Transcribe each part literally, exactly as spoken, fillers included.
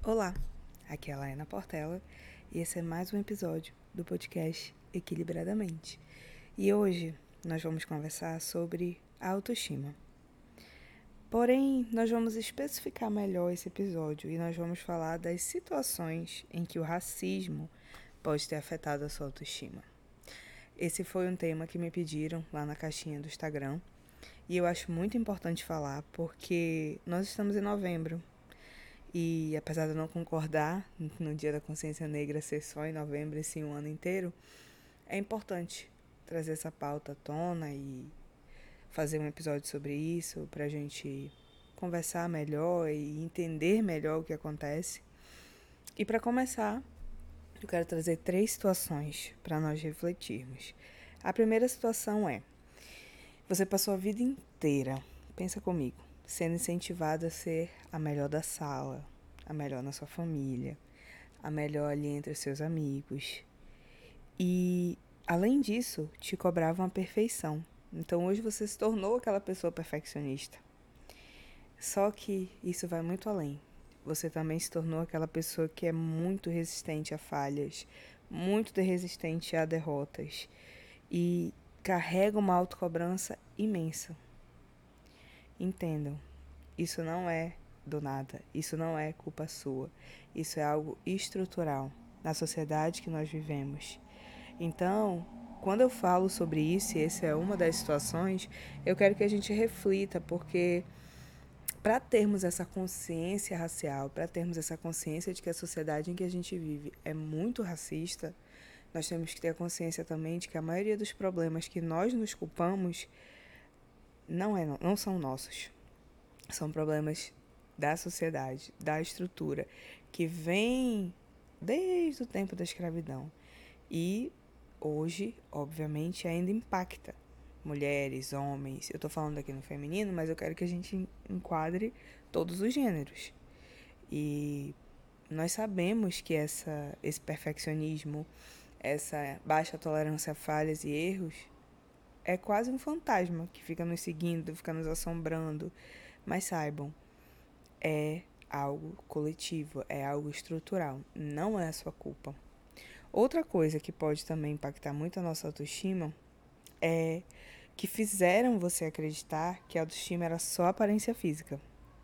Olá, aqui é a Laena Portela e esse é mais um episódio do podcast Equilibradamente. E hoje nós vamos conversar sobre a autoestima. Porém, nós vamos especificar melhor esse episódio e nós vamos falar das situações em que o racismo pode ter afetado a sua autoestima. Esse foi um tema que me pediram lá na caixinha do Instagram e eu acho muito importante falar porque nós estamos em novembro. E apesar de eu não concordar no Dia da Consciência Negra ser só em novembro e sim o ano inteiro, é importante trazer essa pauta à tona e fazer um episódio sobre isso para a gente conversar melhor e entender melhor o que acontece. E para começar, eu quero trazer três situações para nós refletirmos. A primeira situação é: você passou a vida inteira, pensa comigo, sendo incentivado a ser a melhor da sala, a melhor na sua família, a melhor ali entre os seus amigos. E, além disso, te cobravam a perfeição. Então, hoje você se tornou aquela pessoa perfeccionista. Só que isso vai muito além. Você também se tornou aquela pessoa que é muito resistente a falhas, muito resistente a derrotas e carrega uma autocobrança imensa. Entendam, isso não é do nada, isso não é culpa sua, isso é algo estrutural na sociedade que nós vivemos. Então, quando eu falo sobre isso, e essa é uma das situações, eu quero que a gente reflita, porque para termos essa consciência racial, para termos essa consciência de que a sociedade em que a gente vive é muito racista, nós temos que ter a consciência também de que a maioria dos problemas que nós nos culpamos não, é, não são nossos. São problemas da sociedade, da estrutura, que vem desde o tempo da escravidão. E hoje, obviamente, ainda impacta mulheres, homens. Eu estou falando aqui no feminino, mas eu quero que a gente enquadre todos os gêneros. E nós sabemos que essa, esse perfeccionismo, essa baixa tolerância a falhas e erros é quase um fantasma que fica nos seguindo, fica nos assombrando. Mas saibam, é algo coletivo, é algo estrutural, não é a sua culpa. Outra coisa que pode também impactar muito a nossa autoestima é que fizeram você acreditar que a autoestima era só aparência física.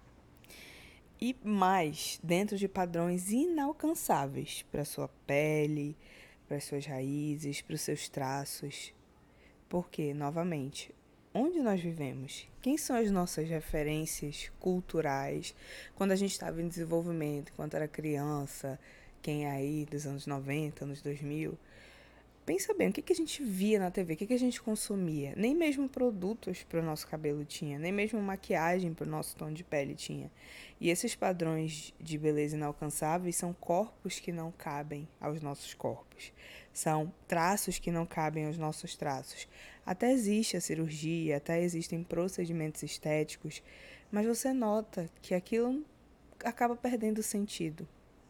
E mais, dentro de padrões inalcançáveis para sua pele, para as suas raízes, para os seus traços. Porque, novamente, onde nós vivemos? Quem são as nossas referências culturais? Quando a gente estava em desenvolvimento, quando era criança, quem é aí dos anos noventa, anos dois mil, pensa bem, o que, que a gente via na T V, o que, que a gente consumia? Nem mesmo produtos para o nosso cabelo tinha, nem mesmo maquiagem para o nosso tom de pele tinha. E esses padrões de beleza inalcançáveis são corpos que não cabem aos nossos corpos. São traços que não cabem aos nossos traços. Até existe a cirurgia, até existem procedimentos estéticos, mas você nota que aquilo acaba perdendo sentido.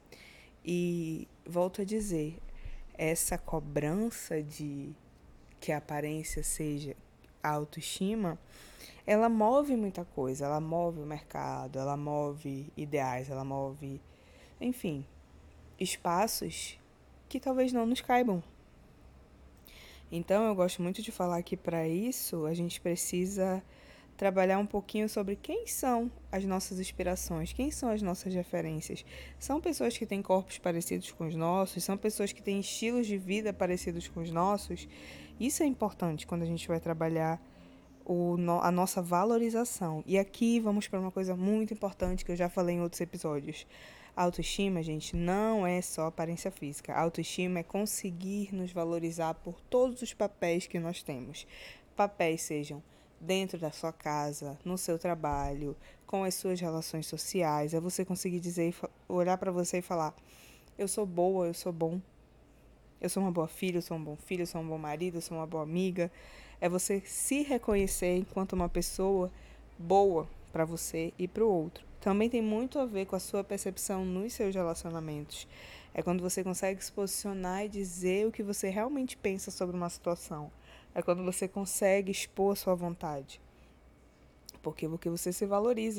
E volto a dizer, essa cobrança de que a aparência seja a autoestima, ela move muita coisa, ela move o mercado, ela move ideais, ela move, enfim, espaços que talvez não nos caibam. Então eu gosto muito de falar que para isso a gente precisa trabalhar um pouquinho sobre quem são as nossas inspirações, quem são as nossas referências. São pessoas que têm corpos parecidos com os nossos, são pessoas que têm estilos de vida parecidos com os nossos. Isso é importante quando a gente vai trabalhar o, a nossa valorização. E aqui vamos para uma coisa muito importante que eu já falei em outros episódios. A autoestima, gente, não é só aparência física. A autoestima é conseguir nos valorizar por todos os papéis que nós temos. Papéis sejam dentro da sua casa, no seu trabalho, com as suas relações sociais. É você conseguir dizer, olhar para você e falar: eu sou boa, eu sou bom. Eu sou uma boa filha, eu sou um bom filho, eu sou um bom marido, eu sou uma boa amiga. É você se reconhecer enquanto uma pessoa boa para você e para o outro. Também tem muito a ver com a sua percepção nos seus relacionamentos. É quando você consegue se posicionar e dizer o que você realmente pensa sobre uma situação. É quando você consegue expor a sua vontade. Porque, porque você se valoriza.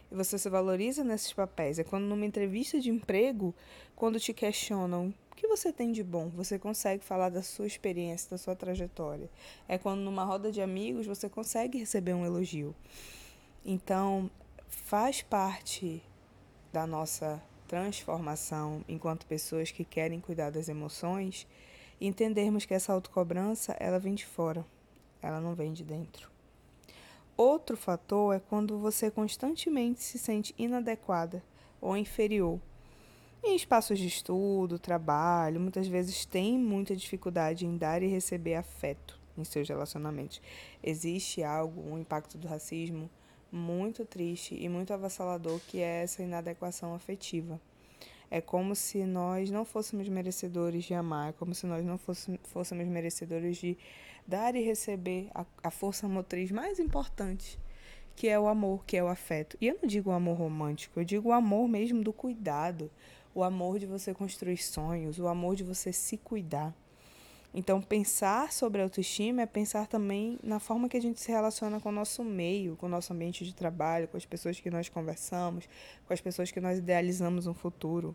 e você se valoriza nesses papéis. É quando numa entrevista de emprego, quando te questionam o que você tem de bom, você consegue falar da sua experiência, da sua trajetória. É quando numa roda de amigos você consegue receber um elogio. Então, faz parte da nossa transformação enquanto pessoas que querem cuidar das emoções, entendermos que essa autocobrança, ela vem de fora, ela não vem de dentro. Outro fator é quando você constantemente se sente inadequada ou inferior. Em espaços de estudo, trabalho, muitas vezes tem muita dificuldade em dar e receber afeto em seus relacionamentos. Existe algo, um impacto do racismo muito triste e muito avassalador, que é essa inadequação afetiva. É como se nós não fôssemos merecedores de amar, é como se nós não fôssemos, fôssemos merecedores de dar e receber a, a força motriz mais importante, que é o amor, que é o afeto. E eu não digo o amor romântico, eu digo o amor mesmo do cuidado, o amor de você construir sonhos, o amor de você se cuidar. Então, pensar sobre autoestima é pensar também na forma que a gente se relaciona com o nosso meio, com o nosso ambiente de trabalho, com as pessoas que nós conversamos, com as pessoas que nós idealizamos um futuro.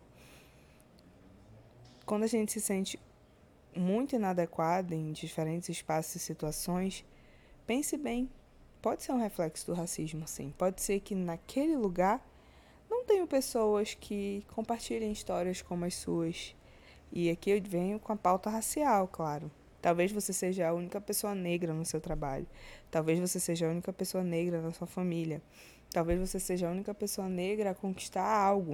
Quando a gente se sente muito inadequada em diferentes espaços e situações, pense bem. Pode ser um reflexo do racismo, sim. Pode ser que naquele lugar não tenham pessoas que compartilhem histórias como as suas. E aqui eu venho com a pauta racial, claro. Talvez você seja a única pessoa negra no seu trabalho. Talvez você seja a única pessoa negra na sua família. Talvez você seja a única pessoa negra a conquistar algo.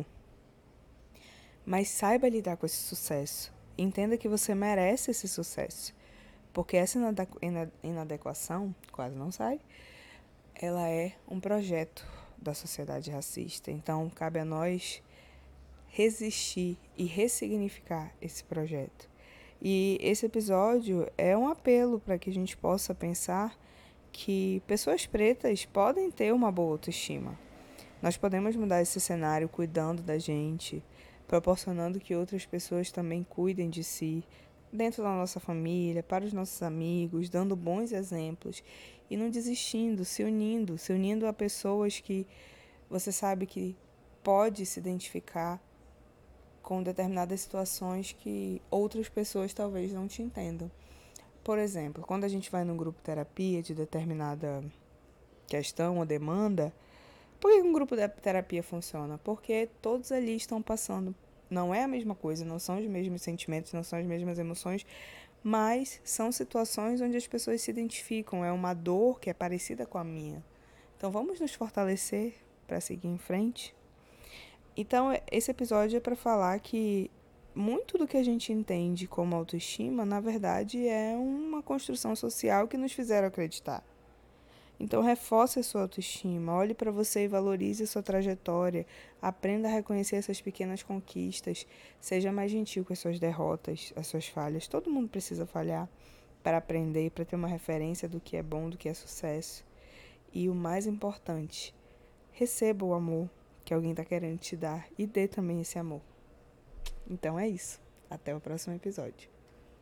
Mas saiba lidar com esse sucesso. Entenda que você merece esse sucesso. Porque essa inadequação, quase não sai, ela é um projeto da sociedade racista. Então, cabe a nós resistir e ressignificar esse projeto. E esse episódio é um apelo para que a gente possa pensar que pessoas pretas podem ter uma boa autoestima. Nós podemos mudar esse cenário cuidando da gente, proporcionando que outras pessoas também cuidem de si, dentro da nossa família, para os nossos amigos, dando bons exemplos e não desistindo, se unindo, se unindo a pessoas que você sabe que pode se identificar com determinadas situações que outras pessoas talvez não te entendam. Por exemplo, quando a gente vai num grupo terapia de determinada questão ou demanda, por que um grupo de terapia funciona? Porque todos ali estão passando, não é a mesma coisa, não são os mesmos sentimentos, não são as mesmas emoções, mas são situações onde as pessoas se identificam, é uma dor que é parecida com a minha. Então vamos nos fortalecer para seguir em frente? Então, esse episódio é para falar que muito do que a gente entende como autoestima, na verdade, é uma construção social que nos fizeram acreditar. Então, reforce a sua autoestima, olhe para você e valorize a sua trajetória, aprenda a reconhecer essas pequenas conquistas, seja mais gentil com as suas derrotas, as suas falhas. Todo mundo precisa falhar para aprender, para ter uma referência do que é bom, do que é sucesso. E o mais importante, receba o amor que alguém está querendo te dar e dê também esse amor. Então é isso. Até o próximo episódio.